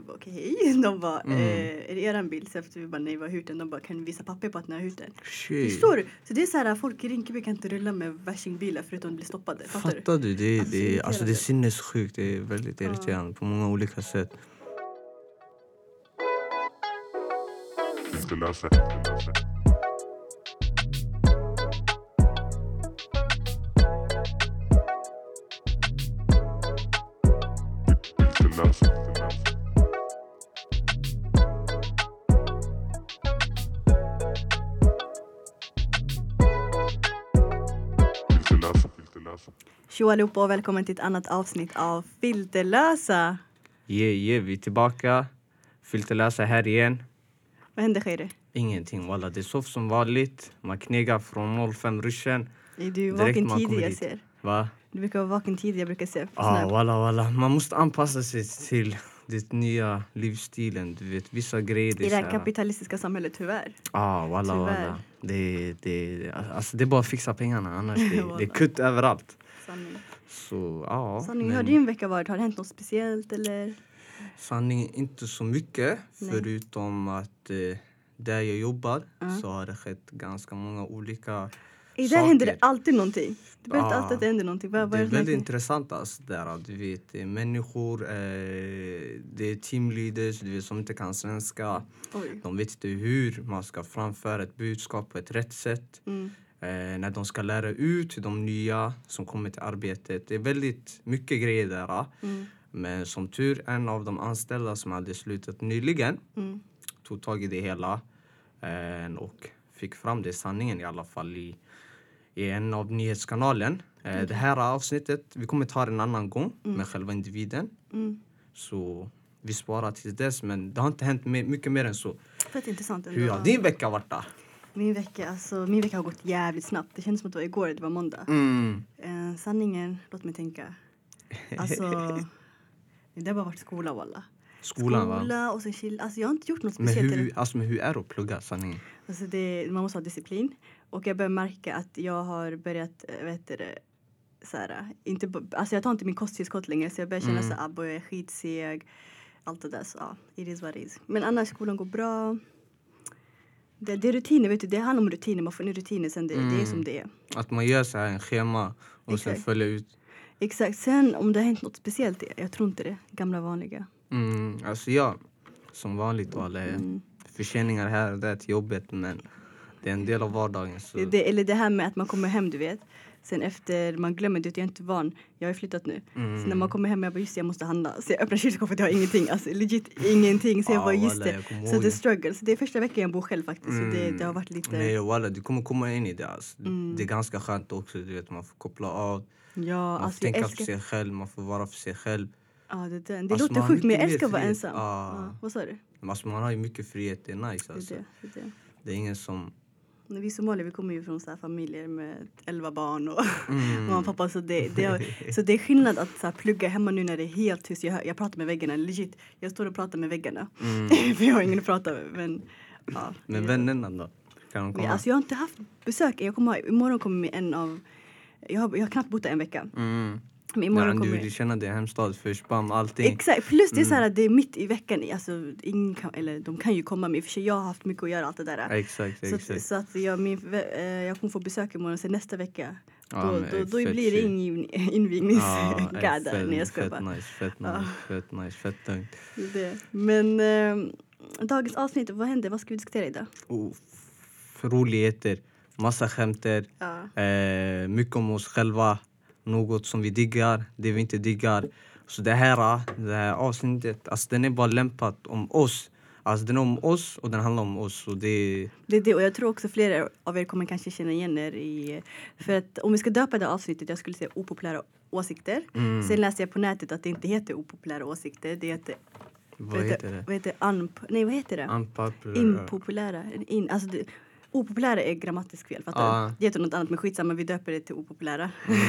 bara, okej, hej. De bara, är det eran bild? Så efter vi bara, nej, vad har hyrt den? De bara, kan du visa papper på att ni har hyrt den? Förstår du? Så det är så här, folk i Rinkeby kan inte rulla med värsingbilar förutom att bli stoppade. Fattar du? Det är sinnessjukt. Det är väldigt irriterande på många olika sätt. Inte lösa. Tjo allihopa och välkommen till ett annat avsnitt av Filterlösa. Vi är tillbaka. Filterlösa här igen. Vad händer, Khairi? Ingenting, walla. Det är så som vanligt. Man knegar från 05 ruschen. Är du vaken tidigt, jag ser? Va? Du brukar vara vaken tidigt, jag brukar se. Walla. Man måste anpassa sig till det nya livsstilen. Du vet, vissa grejer. I det här kapitalistiska samhället, tyvärr. Walla. Det är bara att fixa pengarna. Annars det är kutt överallt. Sanning. Så, Sanning, hur har din vecka varit? Har det hänt något speciellt, eller? Sanning, inte så mycket. Nej. Förutom att där jag jobbar så har det skett ganska många olika där händer det alltid någonting. Det berättar alltid att det händer någonting. Det är väldigt intressant alltså, där. Du vet, det är människor, det är teamleaders, du vet, som inte kan svenska. Oj. De vet inte hur man ska framföra ett budskap på ett rätt sätt. När de ska lära ut de nya som kommer till arbetet. Det är väldigt mycket grejer där. Men som tur, en av de anställda som hade slutat nyligen tog tag i det hela och fick fram det sanningen i alla fall i en av nyhetskanalen. Det här avsnittet, vi kommer ta det en annan gång med själva individen. Så vi sparar till dess, men det har inte hänt mycket mer än så. Fett intressant ändå. Hur har din vecka varit då? Min vecka har gått jävligt snabbt. Det känns som att det var igår, det var måndag. Sanningen, låt mig tänka. Alltså, det har bara varit skola, walla. Skola och sen chill. Alltså jag har inte gjort något speciellt. Men hur är det att plugga, sanningen? Alltså man måste ha disciplin. Och jag börjar märka att jag har börjat, jag tar inte min kosttillskott längre. Så jag börjar känna att jag är skitseg. Allt det där, så it is what it is. Men annars, skolan går bra. Det är rutiner, vet du. Det handlar om rutiner. Man får en rutiner sen, det är som det är. Att man gör så här en schema och sen följer ut. Exakt. Sen om det har hänt något speciellt, jag tror inte det. Gamla vanliga. Alltså jag, som vanligt, alla förseningar här och där till jobbet, men det är en del av vardagen. Så. Eller det här med att man kommer hem, du vet. Sen efter man glömmer det, jag är inte van. Jag har flyttat nu. Så när man kommer hem, jag bara, just det, jag måste handla. Så jag öppnar kylskåpet, jag har ingenting. Alltså legit ingenting. Så jag bara, just det. Så det är struggle. Så det är första veckan jag bor själv faktiskt. Så det har varit lite... Nej, walla, du kommer komma in i det. Alltså. Det är ganska skönt också, du vet. Man får koppla av. Ja, man får tänka för sig själv. Man får vara för sig själv. Ja, det låter sjukt, men jag älskar att vara ensam. Vad sa du? Alltså, man har ju mycket frihet, det är nice. Alltså. Det är ingen som... Vi somalier, vi kommer ju från så här familjer med 11 barn och mamma och pappa. Så det är skillnad att så här, plugga hemma nu när det är helt tyst. Jag pratar med väggarna, legit. Jag står och pratar med väggarna. För jag har ingen att prata med. Men vännerna då? Kan de komma? Alltså jag har inte haft besök. Imorgon kommer en av... Jag har knappt bott där en vecka. Men du känner det hemstad först, bam, allting. Exakt, plus det är så här, det är mitt i veckan. Alltså, de kan ju komma med, för jag har haft mycket att göra, allt det där. Exakt. Så att jag kommer få besök imorgon, sen nästa vecka då blir det ingen invigningsgärda när jag ska bara. Fett nice, fett tungt. Men dagens avsnitt, vad händer? Vad ska vi diskutera idag? Roligheter, massa skämter, mycket om oss själva. Något som vi diggar, det vi inte diggar. Så det här avsnittet, alltså den är bara lämpat om oss. Alltså den är om oss och den handlar om oss. Och det är det. Och jag tror också flera av er kommer kanske känna igen er i... För att om vi ska döpa det avsnittet, jag skulle säga opopulära åsikter. Sen läste jag på nätet att det inte heter opopulära åsikter. Det heter... Vad heter det? Vad heter det? Impopulära. Alltså opopulära är grammatiskt fel, fattar du? Det heter något annat, men skitsamma, vi döper det till opopulära.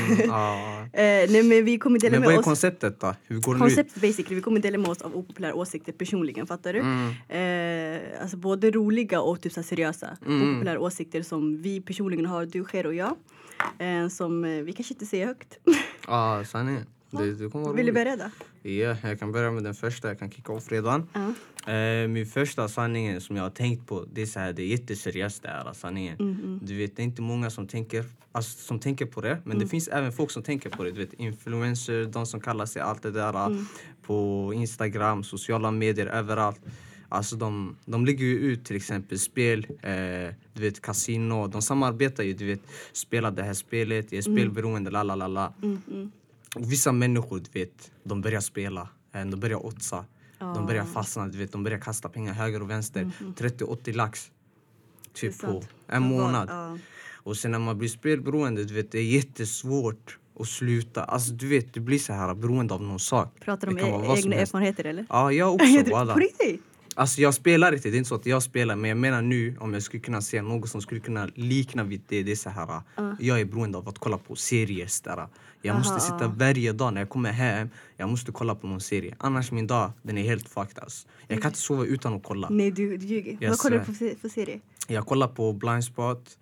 Nej, men vi kommer dela med oss... Men vad är konceptet då? Hur går det konceptet basically, vi kommer dela med oss av opopulära åsikter personligen, fattar du? Alltså både roliga och typ så seriösa opopulära åsikter som vi personligen har, du, Cher och jag. Som vi kanske inte säger högt. Sanningen. Det kommer vara Vill du roligt. börja då? Ja, jag kan börja med den första. Jag kan kicka off redan. Min första sanningen som jag har tänkt på, det är så här, det är jätteseriöst det här sanningen. Du vet, det är inte många som tänker på det, men det finns även folk som tänker på det. Du vet, influencers, de som kallar sig allt det där på Instagram, sociala medier, överallt. Alltså de lägger ju ut till exempel spel, du vet, kasino. De samarbetar ju, du vet, spelar det här spelet, är spelberoende, lalala. Och vissa människor, du vet, de börjar spela, de börjar oddsa. De börjar fastna, du vet, de börjar kasta pengar höger och vänster. 30-80 lax. Typ på en månad. Och sen när man blir spelberoende, du vet, det är jättesvårt att sluta. Alltså du vet, du blir så här beroende av någon sak. Pratar du om egna erfarenheter eller? Ja, jag också. På riktigt? Alltså jag spelar inte, det är inte så att jag spelar. Men jag menar nu, om jag skulle kunna se något som skulle kunna likna vid det. Det är så här, jag är beroende av att kolla på serier där. Jag måste sitta varje dag när jag kommer hem. Jag måste kolla på någon serie. Annars min dag, den är helt fucked alltså. Jag kan inte sova utan att kolla. Nej, du ljuger. Vad kollar du på serie? Jag kollar på Blind Spot.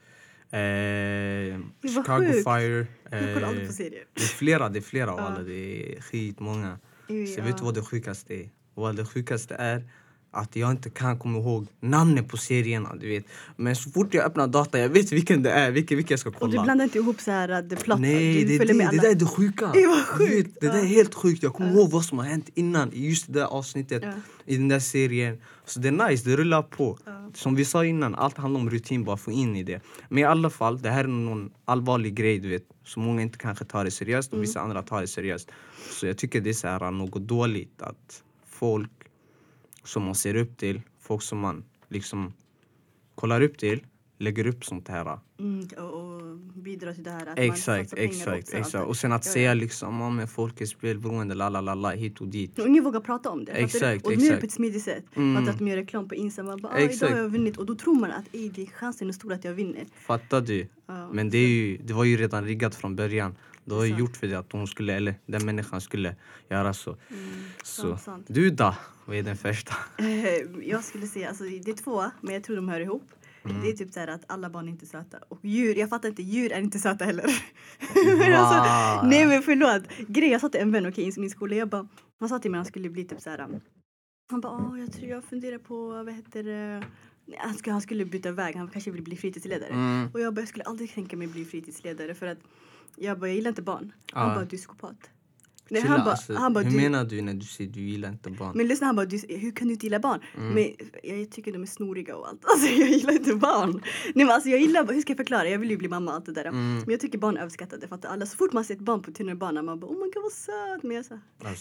Chicago sjukt. Fire. Jag kollar aldrig på serier. Det är flera av alla. Det är skitmånga. Så vet du vad det sjukaste är? Vad det sjukaste är? Att jag inte kan komma ihåg namnet på serierna, du vet. Men så fort jag öppnar data, jag vet vilken det är, vilken jag ska kolla. Och du blandar inte ihop så här det plott. Nej, det där är det sjuka. Det var sjukt. Det där är helt sjukt. Jag kommer ihåg vad som har hänt innan i just det där avsnittet, i den där serien. Så det är nice, det rullar på. Som vi sa innan, allt handlar om rutin, bara få in i det. Men i alla fall, det här är någon allvarlig grej, du vet. Så många inte kanske tar det seriöst och vissa andra tar det seriöst. Så jag tycker det är så här något dåligt att folk som man ser upp till, folk som man liksom kollar upp till, lägger upp sånt här. Och bidrar till det här att Exakt. Och sen att säga liksom, men folk är spelberoende, lalala, hit och dit. Och ingen vågar prata om det. Exakt. Och nu är det på ett smidigt sätt. För att de gör reklam på Instagram. Man bara, idag har jag vunnit. Och då tror man att det är chansen är stor att jag vinner. Fattar du? Men det var ju redan riggat från början. Det var ju gjort för det att hon skulle, eller den människan skulle göra så. Sant. Du då? Vad är den första? Jag skulle säga, alltså det är två, men jag tror de hör ihop. Det är typ så här att alla barn är inte söta. Och djur, jag fattar inte, djur är inte söta heller. Alltså, nej men förlåt. Jag sa till en vän, i min skola, han sa till mig att han skulle bli typ så här. Han bara, jag funderar på, vad heter det? Han skulle byta väg, han kanske vill bli fritidsledare. Och jag skulle aldrig tänka mig bli fritidsledare för att jag gillar inte barn. Han bara, du är psykopat. Nej, han bara, hur menar du när du säger du gillar inte barn? Men lyssna, han bara, hur kan du inte gilla barn? Men jag tycker de är snoriga och allt. Alltså jag gillar inte barn. Nej men alltså jag gillar, hur ska jag förklara? Jag vill ju bli mamma och allt det där. Men jag tycker barn är överskattade. För att alla, så fort man ser ett barn på tunnelbanan, man bara, oh my god vad söt. Men jag så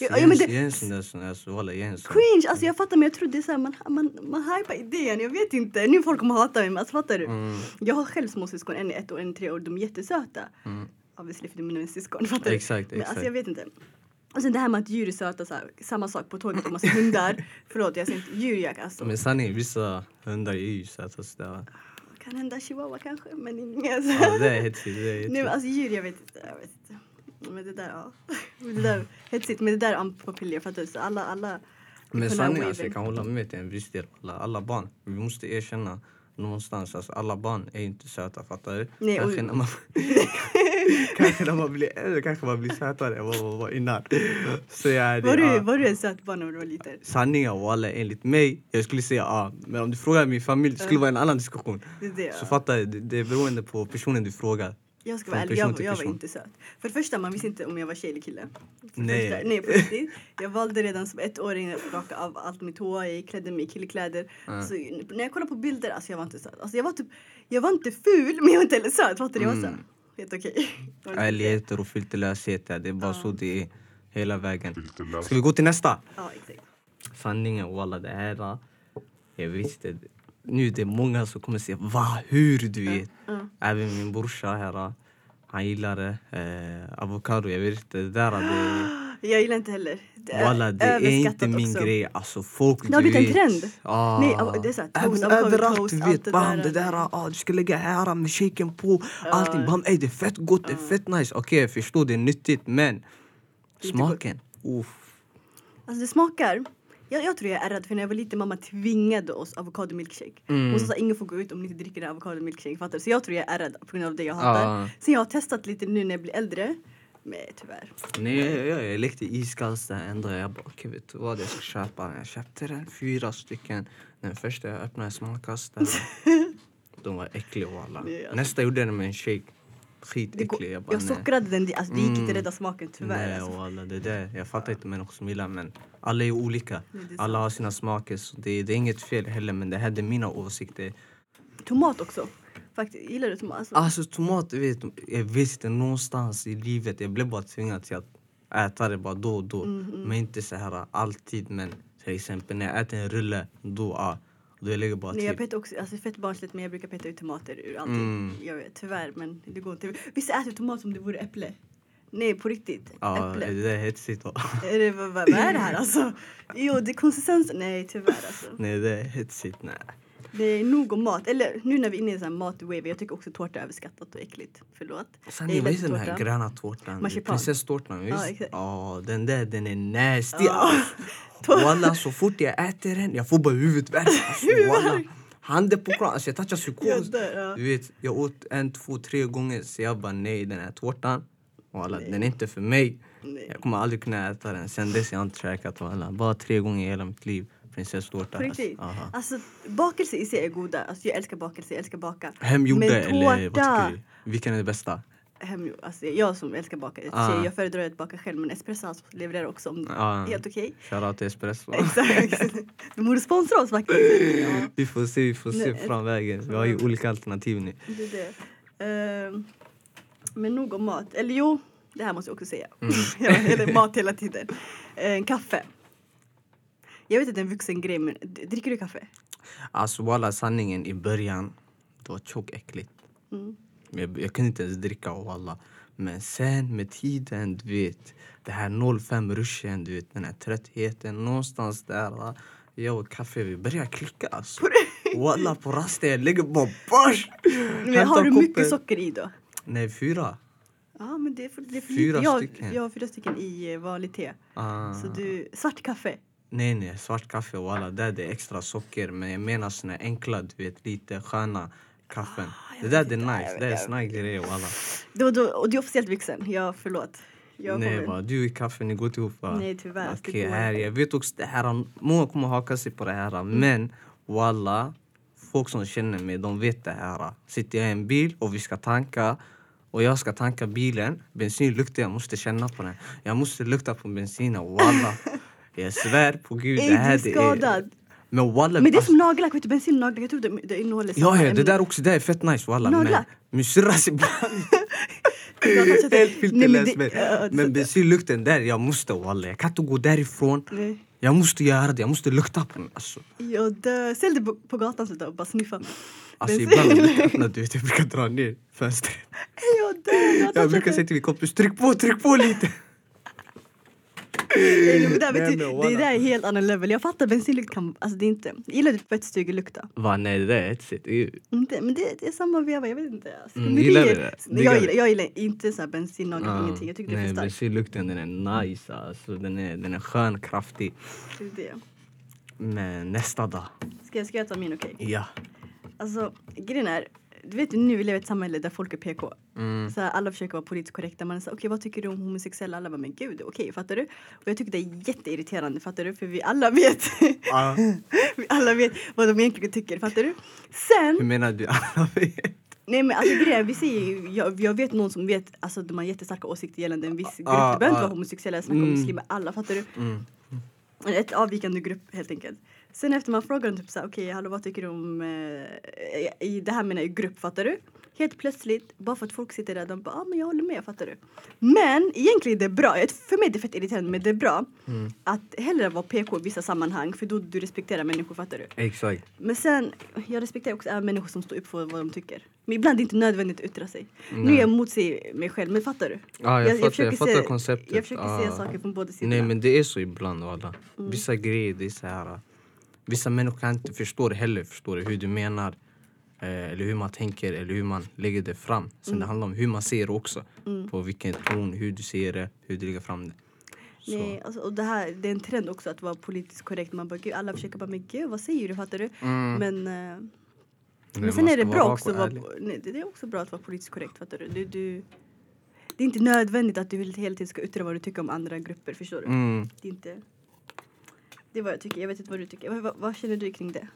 cringe, alltså jag fattar, men jag tror det är så här, man hypar idén. Jag vet inte, nu folk kommer hata mig, men alltså fattar du? Jag har själv småsyskon, en är 1 år, en är 3 år. De är jättesöta. Obviously för mina syskon, fattar du? Exakt. Men alltså jag vet inte. Och sen det här med att djur är söta, så här, samma sak på tåget om man ser hundar. Förlåt, jag ser inte djur, alltså. Men sanningen, vissa hundar är ju söta sådär. Kan hända chihuahua kanske, men inget. Ja, det är hetsigt. Nej, men alltså djur, jag vet inte. Men det där, det där hetsigt, men det där är unpopular för att alla. Men sanningen, alltså, jag kan hålla med till en viss del. Alla barn, vi måste erkänna någonstans, alltså alla barn är inte söta, fattar du? Nej, kanske när man blir äldre, kanske man blir sötare än vad man var innan. Så var du en söt barn när du var liten? Sanningen var alla enligt mig, jag skulle säga men om du frågar min familj, det skulle vara en annan diskussion. Så fattar du, det är beroende på personen du frågar. Jag ska vara ärlig, jag var inte söt. För det första, man visste inte om jag var tjej eller kille. Nej, på riktigt. Jag valde redan som 1-åring att raka av allt mitt hår. Jag klädde mig i killekläder. Så när jag kollar på bilder, alltså jag var inte söt. Alltså jag var inte ful, men jag var inte heller söt. Fattar du? Jag var så helt okej. Ärligheter och filterlöshet, det är bara så det är hela vägen. Ska vi gå till nästa? Ja, exakt. Sanningen, walla, det här. Jag visste det. Nu det är många som kommer säga, hur du vet. Även min brorsa här, han gillar avokado, jag vet inte, det där jag gillar inte heller. Det är inte min grej. Alltså folk, det har blivit en trend. Nej, det är så här, toast, överallt, du vet, det där, du ska lägga här med shaken på, allting, det är fett gott, det är fett nice. Okej, jag förstår, det är nyttigt, men smaken, Alltså det smakar. Jag tror jag är rädd, för när jag var liten, mamma tvingade oss avokado milkshake. Hon sa ingen får gå ut om ni inte dricker en avokado milkshake, fattar. Så jag tror jag är rädd på grund av det jag hatar. Så jag har testat lite nu när jag blir äldre. Nej, tyvärr. Nej, jag lekte iskallt där en dag. Jag bara, okej, vet du vad jag ska köpa? Jag köpte den 4 stycken. Den första jag öppnade smakade. De var äckliga och alla. Nej, alltså. Nästa gjorde den med en shake. Skitäcklig. Jag sockrade den, alltså det gick inte rädda smaken tyvärr. Nej, Alltså. och alla, det där. Jag fattar inte människor som gillar, men alla är olika. Alla har sina smaker, så det är inget fel heller, men det här är mina åsikter. Tomat också. Faktiskt, gillar du tomat? Alltså tomat, jag vet inte, någonstans i livet. Jag blev bara tvingad till att äta det bara då och då. Men inte så här alltid. Men till exempel när jag äter en rulle, då jag lägger bara Nej, jag till. petar också, alltså fett barnsligt, men jag brukar peta ut tomater ur allting. Jag vet, tyvärr, men det går inte. Vissa äter tomat som det vore äpple. Nej, på riktigt. Ja, Äpple. det där är hetsigt. Vad är det här alltså? Jo, det är konsistens. Nej, tyvärr alltså. Nej, det är hetsigt, nej. Det är nog om mat. Eller nu när vi är inne i en sån här mat-wave. Jag tycker också tårta är överskattat och äckligt. Förlåt. Sen jag vet den här gröna tårtan. Marsipan. Prinsesstårtan, visst? Ja, exakt. Ja, den där, den är nasty. Walla, så fort jag äter den, jag får bara huvudvärk. Alltså, handen på kran. Alltså jag touchar psykos. Du vet, jag åt 1, 2, 3 gånger. Så jag bara, nej, den här tårtan. Walla, den är inte för mig. Nej. Jag kommer aldrig kunna äta den. Sen dess jag har inte käkat. Bara 3 gånger i hela mitt liv. Prinsesstårta. Alltså, bakelse i sig är goda. Alltså, jag älskar bakelse, jag älskar baka. Hemgjorda eller vad tycker du? Vilken är det bästa? Alltså, jag som älskar baka. Jag föredrar att baka själv, men Espresso levererar också om helt okej. Shoutout till Espresso. Exakt. De borde sponsra oss faktiskt. Ja. Vi får se framvägen. Vi har ju olika alternativ nu. Det. Men nog om mat. Eller jo, det här måste jag också säga. Eller mat hela tiden. Kaffe. Jag vet att det är en vuxen grej, men dricker du kaffe? Alltså walla, sanningen i början, det var tjockäckligt. Jag kunde inte ens dricka walla. Men sen med tiden, du vet, det här 05 ruschen, du vet, den här tröttheten, någonstans där. Jag och kaffe, vi börjar klicka alltså. Walla, på rasten, jag lägger bara bash. Men har du mycket socker i då? Nej, 4. Ja, men det är för 4 stycken. Jag har 4 stycken i vanlig te. Så svart kaffe? Nej, svart kaffe och alla där det är extra socker. Men jag menar såna enkla, du vet, lite sköna kaffen. Det där är nice, det är såna grejer och alla. Och du är officiellt vuxen, förlåt. Nej, va, du i kaffe, ni går till ihop, va? Nej, tyvärr. Okej, här, jag vet också det här, många kommer haka sig på det här. Men, walla, folk som känner mig, de vet det här. Sitter jag i en bil och vi ska tanka. Och jag ska tanka bilen. Bensin luktar, jag måste känna på den. Jag måste lukta på bensinen, walla. Jag svär på Gud, det här det är... skadad. Men det är som nagellack, vet du, bensin och nagellack. Jag tror det innehåller samma ämne. Det där också, det är fett nice, walla. Nagellack? Men min syrras ibland. Helt filterlös. Men bensinlukten där, jag måste, walla. Jag kan inte gå därifrån. Nej. Jag måste göra det, jag måste lukta på den, alltså. Ställ dig på gatan så och bara sniffa. Alltså ibland när jag öppnar, du vet, jag brukar dra ner fönstret. Jag brukar säga till min kompis, tryck på lite. Det där är helt annan level. Jag fattar bensinlukt kan, alltså det är inte. Jag gillar det tvättstugelukta. Va, nej, det är hetsigt. Inte, men det är samma veva, jag vet inte. Alltså, gillar det? Jag gillar inte så här bensin och ingenting. Jag tycker det är för starkt. Bensinlukten, den är nice, alltså. Den är skön, kraftig. Det. Men nästa dag. Ska jag ta min, okej? Ja. Alltså, grejen är, du vet nu vi lever i ett samhälle där folk är PK. Så här, alla försöker vara politiskt korrekta. Man säger, okej, vad tycker du om homosexuella? Alla bara, men gud, okej, fattar du? Och jag tycker det är jätteirriterande, fattar du? För vi alla vet vi alla vet vad de egentligen tycker, fattar du? Sen... Hur menar du alla vet? Nej, men alltså grejen, vi säger, jag vet någon som vet, alltså de har jättestarka åsikter gällande en viss grupp. Det behöver inte vara homosexuella, jag snackar om muslimer, alla, fattar du? Ett avvikande grupp, helt enkelt. Sen efter man frågar dem typ såhär, okej, hallå, vad tycker du om i det här menar jag grupp, fattar du? Helt plötsligt, bara för att folk sitter där, de bara, men jag håller med, fattar du? Men egentligen det är bra, för mig är det fett irriterande, men det är bra att hellre vara PK i vissa sammanhang, för då du respekterar människor, fattar du? Exakt. Men sen, jag respekterar också människor som står upp för vad de tycker. Men ibland är det inte nödvändigt att yttra sig. Nu är jag mot mig själv, men fattar du? Ja, jag fattar konceptet. Jag försöker se saker från båda sidor. Nej, men det är så ibland, alla. Vissa grejer, det är så här. Vissa människor kan inte förstå det heller, hur du menar. Eller hur man tänker, eller hur man lägger det fram. Sen det handlar om hur man ser det också. På vilken ton, hur du ser det, hur du lägger fram det. Nej, alltså, och det är en trend också att vara politiskt korrekt. Man bara, gud, alla försöker bara, men gud, vad säger du, fattar du? Men sen är det bra också det är också bra att vara politiskt korrekt, fattar du? det är inte nödvändigt att du hela tiden ska yttra vad du tycker om andra grupper, förstår du? Det är inte... Det är vad jag tycker. Jag vet inte vad du tycker. Vad känner du kring det?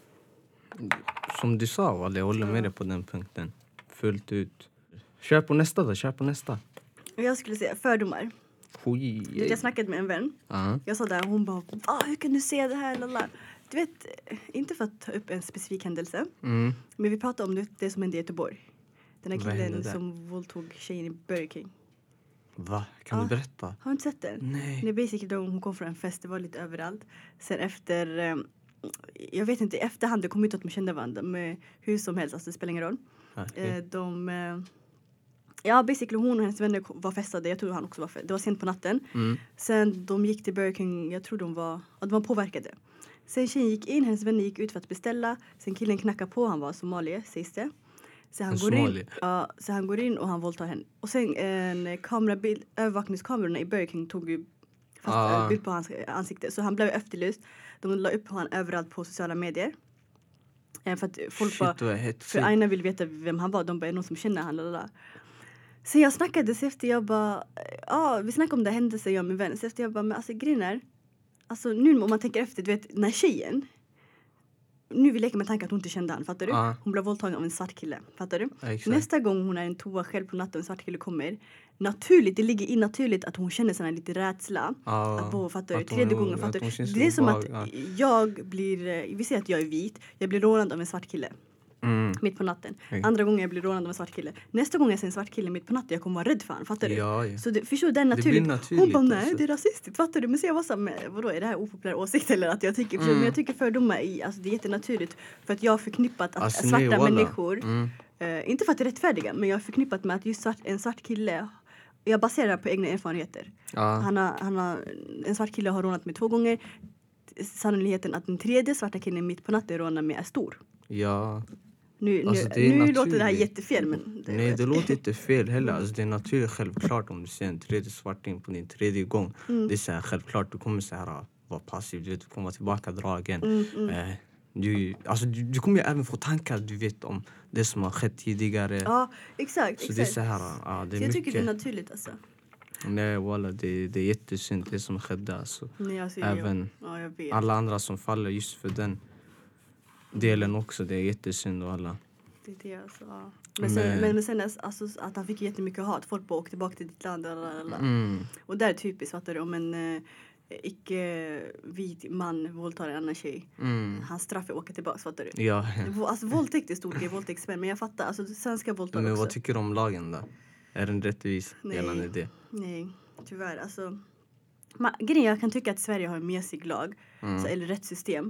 Som du sa, Walla, jag håller med dig på den punkten. Fullt ut. Kör på nästa då, kör på nästa. Jag skulle säga fördomar. Jag snackade med en vän. Jag sa där, hon bara, hur kan du se det här? Lala. Du vet, inte för att ta upp en specifik händelse. Men vi pratade om det som hände i Göteborg. Den här killen som våldtog tjejen i Burger King. Va? Kan du berätta? Har du inte sett den? Nej. Det är basically då hon kom från en fest, det var lite överallt. Sen efter, jag vet inte, i efterhand det kom ut att de kände varandra. Men hur som helst, alltså det spelar ingen roll. Okay. Basically hon och hennes vänner var festade. Jag tror han också var det var sent på natten. Sen de gick till Burger King, jag tror de var påverkade. Sen tjejen gick in, hennes vänner gick ut för att beställa. Sen killen knackade på, han var somalier, sägs det. Så han går in och han våldtar henne. Och sen en övervakningskamerorna i Burger King tog ju fast bild på hans ansikte. Så han blev efterlyst. De la upp honom överallt på sociala medier. För att folk för Aina vill veta vem han var. De bara, är någon som känner han? Så jag snackade efter, jag bara, vi snackade om det händelsen jag och min vän. Så efter jag bara, men alltså grejen är, alltså nu om man tänker efter, du vet, när tjejen, nu vill leka med tanken att hon inte kände han, fattar du? Hon blev våldtagen av en svart kille, fattar du? Exakt. Nästa gång hon är en toa själv på natten och en svart kille kommer, det ligger in naturligt att hon känner sån här lite rädsla. Fattar du? Tredje gången, fattar du? Det är som att jag blir, vi säger att jag är vit, jag blir rånad av en svart kille. Mitt på natten. Andra gången jag blir rånad av en svart kille. Nästa gång jag ser en svart kille mitt på natten, jag kommer vara rädd för han, fattar du? Ja. Så förstår den naturligt. Hon bara, nej, det är rasistiskt, fattar du? Men så jag var så här, vadå, är det här opopulär åsikt eller att jag tycker, men jag tycker fördomar alltså det är jättenaturligt. För att jag har förknippat att svarta människor, inte för att det är rättfärdiga, men jag har förknippat med att just en svart kille, jag baserar det på egna erfarenheter. En svart kille har rånat mig 2 gånger. Sannolikheten att den tredje svarta killen mitt på natten rånar mig är stor. Ja. Nu låter det här jättefel, men... Det låter inte fel heller. Alltså, det är naturligt självklart om du ser en tredje svarting på din tredje gång. Det är så här, självklart du kommer så här vara passiv. Du kommer vara tillbakadragen. Du kommer ju även få tankar, du vet, om det som har skett tidigare. Ja, exakt. Så det är så här, det är jag mycket. tycker det är naturligt, alltså. Nej, walla, det är jättesynd det som skedde. Alltså. Nej, alltså, även alla andra som faller just för den delen också, det är jättesynd och alla. Det är det, alltså. Men sen alltså, att han fick jättemycket hat. Folk bara åkte tillbaka till ditt land. Och där är typiskt, fattar du, om en icke-vit man våldtar en annan tjej. Hans straff är att åka tillbaka, fattar du? Ja. Alltså våldtäkt är stor grej, våldtäktsmän. Men jag fattar, alltså svenska våldtar också. Men vad tycker du om lagen då? Är den rättvis gällande det? Nej, tyvärr. Alltså, grejen, jag kan tycka att Sverige har en mesig lag. Eller rättssystem.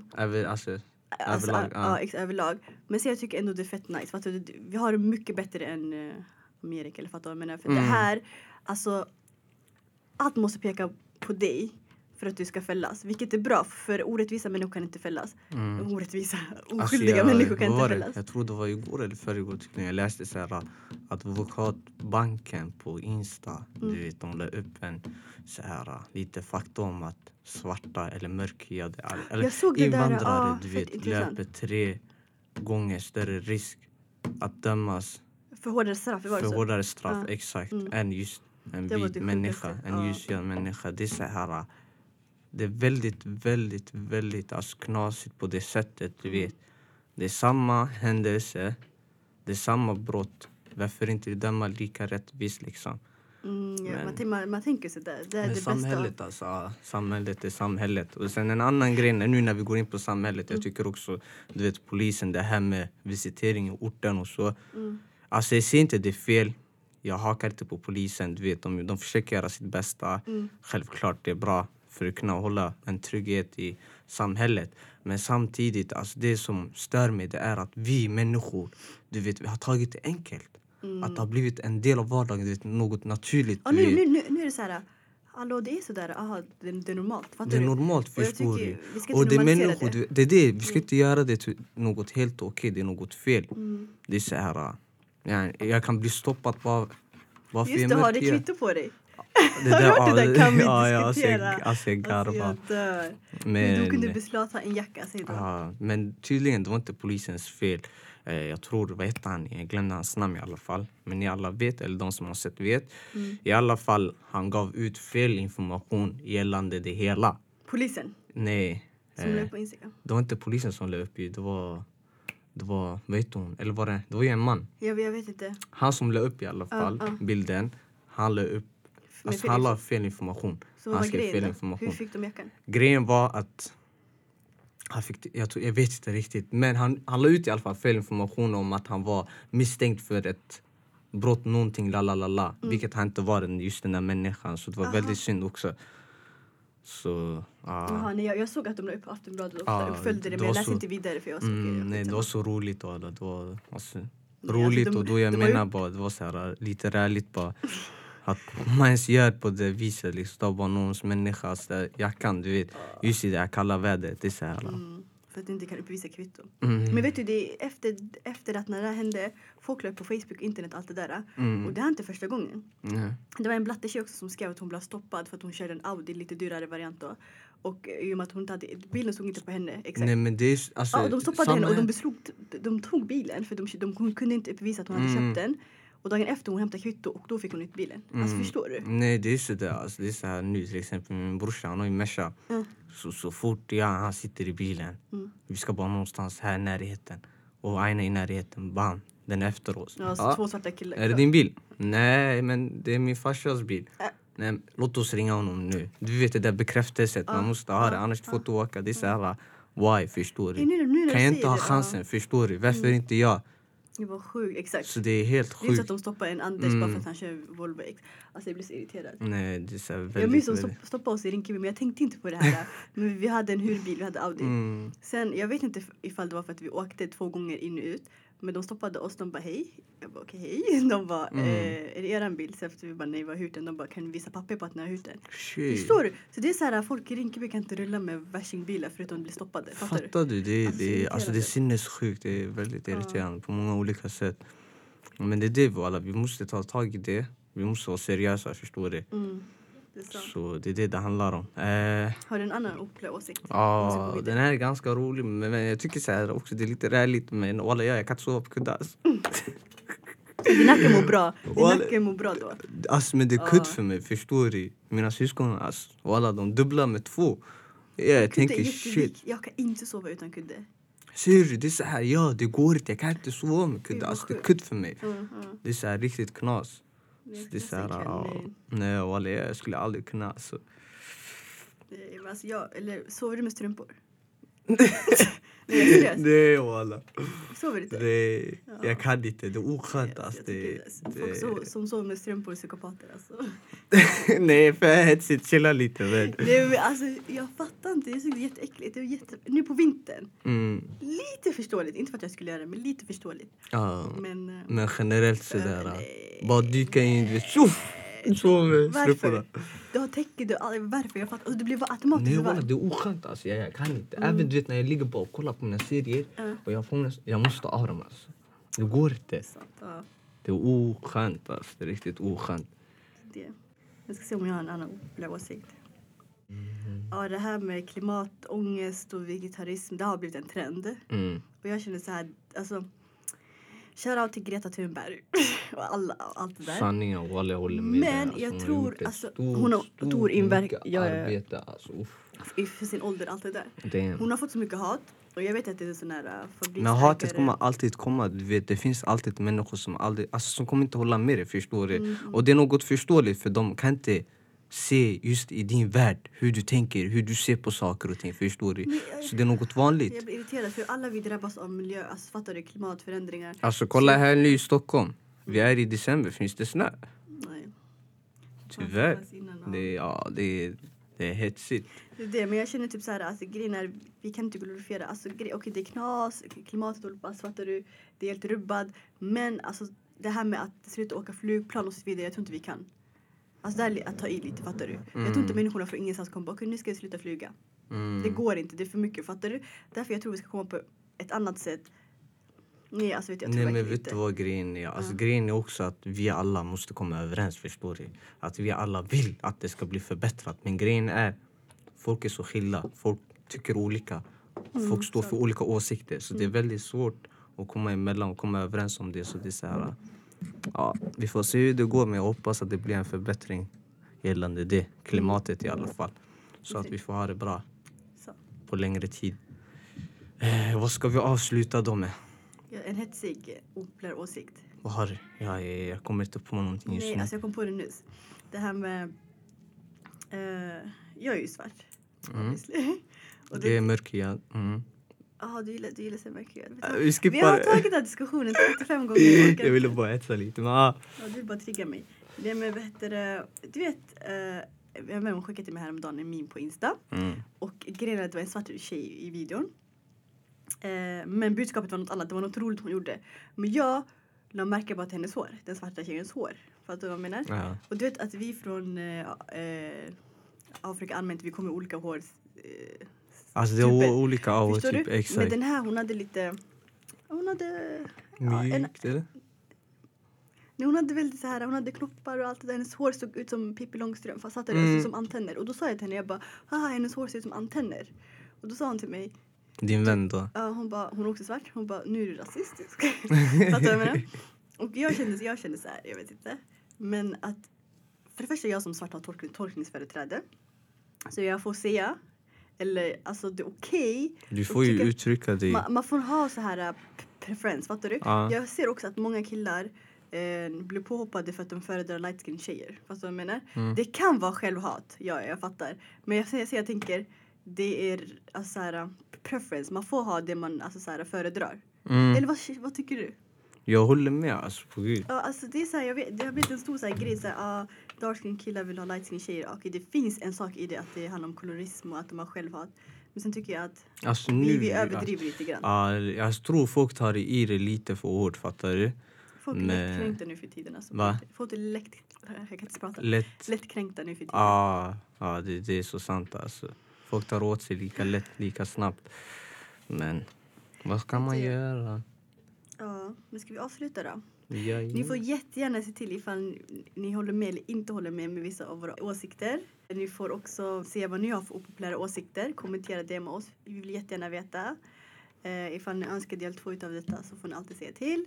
Överlag. Men så jag tycker ändå det är fett nice. För att vi har det mycket bättre än Amerika. Eller fattar du vad jag menar? För det här, alltså, allt måste peka på dig för att du ska fällas. Vilket är bra, för orättvisa människor kan inte fällas. Oskyldiga människor kan inte fällas. Jag tror det var igår eller förrgår när jag läste så här, advokatbanken på Insta. Du vet, de la upp en så här lite fakta om att svarta eller mörkhyade eller invandrare löper 3 gånger större risk att dömas för hårdare straff. Exakt, än just en vit människa, en ljushyad människa. Det är så här, det är väldigt, väldigt, väldigt knasigt på det sättet, du vet. Det är samma händelse, det är samma brott. Varför inte döma lika rättvist liksom? Man tänker sig det är det samhället, bästa. Alltså, samhället är samhället. Och sen en annan grej, nu när vi går in på samhället, jag tycker också, du vet, polisen, det här med visitering i orten och så. Alltså jag ser inte det fel. Jag hakar inte på polisen, du vet, de försöker göra sitt bästa. Självklart det är bra för att kunna hålla en trygghet i samhället. Men samtidigt, alltså det som stör mig, det är att vi människor, du vet, vi har tagit det enkelt. Att det har blivit en del av vardagen, du vet, något naturligt. Nu är det så här, hallå, det är så där, det är normalt. Det är normalt, förstår du. Och det är människor, det är det, vi ska inte göra det till något helt okej, det är något fel. Det är så här, jag kan bli stoppad bara för just det, har det kvitto på dig. Har du hört det där? Kan vi ja, diskutera? alltså jag garvar. Jag dör. Men de kunde beslagta en jacka, säger de. Ja, men tydligen det var inte polisens fel. Jag tror, vad heter han? Jag glömde hans namn i alla fall. Men ni alla vet, eller de som har sett vet. I alla fall, han gav ut fel information gällande det hela. Polisen? Nej. Som la upp på Instagram? Det var inte polisen som la upp. Det var, vet hon? Eller var det? Det var ju en man. Jag vet inte. Han som la upp i alla fall bilden. Han la upp. Alltså han la fel information. Så vad var grejen då? Hur fick de jackan? Grejen var att han fick, jag vet inte riktigt. Men han la ut i alla fall fel information om att han var misstänkt för ett brott, någonting, vilket han inte var just den där människan. Så det var väldigt synd också. Så, nej, jag såg att de la upp på Aftonbladet och uppföljde det. Men jag läste inte vidare för jag såg nej, det var så roligt. Det var roligt och då jag menar bara, det var så här lite räligt bara. Att man ens gör på det viset, liksom, ta bara någons människas jackan, du vet, just i det här kalla vädret, det är så här. För att du inte kan uppvisa kvitto. Men vet du, det är efter att när det hände, folk la upp på Facebook, internet, allt det där. Och det är inte första gången. Det var en blattetjej också som skrev att hon blev stoppad för att hon körde en Audi, lite dyrare variant då. Och i och med att hon inte hade, bilen stod inte på henne, exakt. Nej, men det är, alltså, de stoppade henne och de tog bilen för hon kunde inte uppvisa att hon hade köpt den. Och dagen efter hon hämtade kvitto och då fick hon ut bilen. Alltså förstår du? Nej, det är så där. Alltså, det är så här nu till exempel min brorsa, han har ju Merca. Så fort han sitter i bilen. Vi ska bara någonstans här i närheten. Och Aina i närheten, bam. Den är efter oss. Ja, så 2 svarta killar. Är det din bil? Nej, men det är min farsas bil. Nej, låt oss ringa honom nu. Du vet det där bekräftelset. Man måste ha det, annars får du åka. Det är så här, why, förstår du? Kan jag inte ha chansen, förstår du? Varför inte jag? Det var sjukt, exakt. Så det är helt sjukt. Det är så att de stoppar en Anders bara för att han kör Volvo X. Alltså jag blir så irriterad. Nej, det är så väldigt, jag minns att de stoppade oss i Rinkeby, men jag tänkte inte på det här. Men vi hade en hyrbil, vi hade Audi. Sen, jag vet inte ifall det var för att vi åkte 2 gånger in och ut. Men de stoppade oss, de bara hej. Jag bara okej, hej. De bara, är det eran bil? Så efter vi bara nej, vad hyrt den? De bara, kan vi visa papper på att ni har hyrt den? Förstår du? Så det är så här, folk i Rinkeby kan inte rulla med värstingbilar förutom att bli stoppade. Fattar du? Det är sinnessjukt. Det är väldigt irriterande på många olika sätt. Men det är det vi måste ta tag i det. Vi måste vara seriösa, förstår du? Så det är det handlar om. Har du en annan oklar åsikt? Ja, den här är ganska rolig. Men jag tycker så här också, det är lite räligt. Men jag kan inte sova på kuddar. Din nacke mår bra då? Alltså, men det är kudd för mig, förstår du? Mina syskon, alltså, de dubblar med 2. Jag tänker shit. Jag kan inte sova utan kudde. Ser du, det är så här, det går inte. Jag kan inte sova med kudde. Alltså, det är kudd för mig. Det är så här riktigt knas. Det är så här, nej, jag skulle aldrig kunna. Alltså. Sover du med strumpor? Nej, walla. Sover du inte? Nej, jag kan inte. Det är oskönt. Alltså. Folk som sover med strumpor är psykopater. Alltså. Nej, för hetsigt. Chilla lite. Men alltså, jag fattar inte. Jag tycker det är jätteäckligt. Nu på vintern. Lite förståeligt. Inte för att jag skulle göra det, men lite förståeligt. Men generellt sådär. Bara dyka in. Varför? Du har täckt. Varför? Jag fattar. Alltså, det blir bara automatiskt. Nej, det är oskönt. Alltså. Jag kan inte. Även du vet när jag ligger bara och kollar på mina serier. Och jag måste av dem. Alltså. Det går inte. Det är oskönt. Alltså. Det är riktigt oskönt. Jag ska se om jag har en annan åsikt. Ja, det här med klimatångest och vegetarism, det har blivit en trend. Och jag känner så här, alltså, shoutout till Greta Thunberg och allt det där. Sanningen, jag håller med. Men alltså, jag tror, alltså, hon har stor inverkan. Arbete, alltså, för sin ålder, allt det där. Hon har fått så mycket hat. Och jag vet att det är sån här men hatet kommer alltid komma. Du vet, det finns alltid människor som kommer inte hålla med dig, förstår du? Och det är något förståeligt, för de kan inte se just i din värld hur du tänker, hur du ser på saker och ting, förstår du? Så det är något vanligt. Jag blir irriterad för alla vi drabbas av miljö, alltså fattar du, klimatförändringar. Alltså kolla här nu i Stockholm. Vi är i december, finns det snö? Nej. Tyvärr. Det är hetsigt. Det, men jag känner typ så här, alltså grejen är, vi kan inte glorifiera, alltså okej, det är knas, klimatet håller på, fattar du, det är helt rubbad, men alltså det här med att sluta åka flygplan och så vidare, jag tror inte vi kan. Alltså det är att ta i lite, fattar du. Jag tror inte människorna från ingenstans kommer bara, nu ska jag sluta flyga. Det går inte, det är för mycket, fattar du. Därför jag tror vi ska komma på ett annat sätt. Nej, alltså vet jag tror Nej, men verkligen vet inte. du vad grejen är? Alltså, grejen är också att vi alla måste komma överens, förstår du? Att vi alla vill att det ska bli förbättrat. Men grejen är, folk är så skilda. Folk tycker olika. Folk står för olika åsikter. Så det är väldigt svårt att komma emellan och komma överens om det. Så det är så här, ja, vi får se hur det går, men jag hoppas att det blir en förbättring gällande det. Klimatet i alla fall. Så att vi får ha det bra Så. på längre tid. Vad ska vi avsluta då med? Ja, en hetsig opopulär åsikt. Vad har du? Jag kommer inte på någonting just Nej, nu. alltså jag kom på det nyss. Det här med... jag är ju svart. Obviously. Och Det är mörkhyad. Jaha, du gillar sig mörkhyad. Vi skippar. Vi har tagit den här diskussionen 35 gånger. Jag ville bara hetsa lite. Men, Ja, du bara triggar mig. Det med, du vet, vem skickade till mig häromdagen en meme på Insta. Och grejen är att det var en svart tjej i videon. Men budskapet var något annat. Det var något roligt hon gjorde. Men jag märker bara att hennes hår. Den svarta tjejens hår. Fattar du vad jag menar? Ja. Och du vet att vi från Afrika allmänt, vi kommer olika hår. Alltså det är olika av Förstår typ. du? Exakt. Men den här, hon hade lite... Hon hade... Mjukt eller? Nej, hon hade väldigt så här, hon hade knoppar och allt det där. Hennes hår såg ut som Pippi Långstrump, fast satte det som antenner. Och då sa jag till henne, jag bara, haha, hennes hår ser ut som antenner. Och då sa hon till mig, Din vän då? ja, hon är också svart. Hon bara, nu är du rasistisk. Fattar du vad jag menar? Och jag kände så här, jag vet inte. Men att, för det första, jag som svart har tolkningsföreträde. Så jag får säga, eller alltså det är okej. Du får ju uttrycka dig. Man får ha så här preferens, fattar du? Ja. Jag ser också att många killar blir påhoppade för att de föredrar light skin tjejer. Fast vad jag menar? Det kan vara självhat, ja, jag fattar. Men jag tänker, det är alltså, så här, preference. Man får ha det man alltså, så här, föredrar. Eller vad tycker du? Jag håller med, alltså på gud. Ja, alltså det är så här, det har blivit en stor så här, grej så här, dark skin killar vill ha light skin tjejer. Okej, det finns en sak i det, att det handlar om kolorism och att de har självhat. Men sen tycker jag att Alltså, vi överdriver lite grann. Ja, jag tror folk tar i det lite för hårt, fattar du? Folk är lättkränkta nu för tiden. Alltså. Va? Folk är jag kan inte prata. Lättkränkta nu för tiden. Ja, det är så sant alltså. Folk tar åt sig lika lätt, lika snabbt. Men vad ska man göra? Ja, nu ska vi avsluta då. Ja. Ni får jättegärna se till ifall ni håller med eller inte håller med vissa av våra åsikter. Ni får också se vad ni har för opopulära åsikter. Kommentera det med oss. Vi vill jättegärna veta. Ifall ni önskar del 2 av detta så får ni alltid säga till.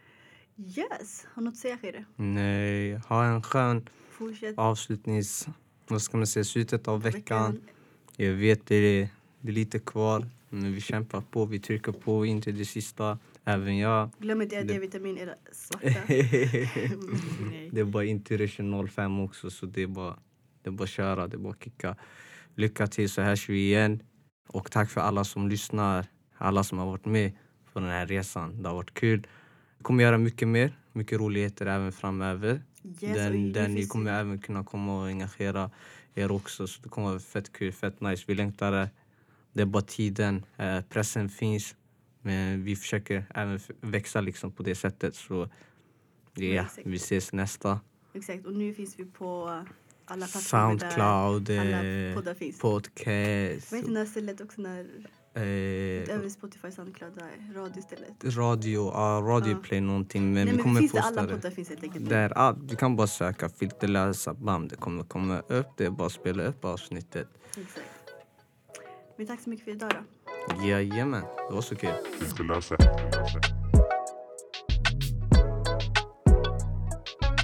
Yes, har något att säga, Khire? Nej, ha en skön avslutnings... Vad ska man säga? Slutet av veckan. Jag vet det är lite kvar. Men vi kämpar på, vi trycker på in till det sista. Även jag. Glöm inte att D-vitamin är svarta. Det är bara Intuition 05 också. Så det är bara köra, det är bara kicka. Lycka till, så hörs vi igen. Och tack för alla som lyssnar. Alla som har varit med på den här resan. Det har varit kul. Vi kommer göra mycket mer. Mycket roligheter även framöver. Yes, där ni kommer även kunna komma och engagera er också. Så det kommer vara fett kul, fett nice. Vi längtar det. Det är bara tiden. Pressen finns. Men vi försöker även växa liksom på det sättet. Så ja, vi ses nästa. Exakt, och nu finns vi på alla plattformar Soundcloud, där alla poddar finns. Podcast. Vad heter det här stället också när... Över Spotify, Soundcloud, där, radiostället. Radioplay någonting. Men vi kommer finns posta det alla det. poddar finns helt enkelt. Där, du kan bara söka filterlösa bam. Det kommer komma upp. Det är bara att spela upp avsnittet. Exakt. Men tack så mycket för idag då. Jajamän, det var så kul. Filterlösa.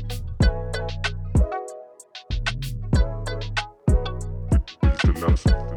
Filterlösa.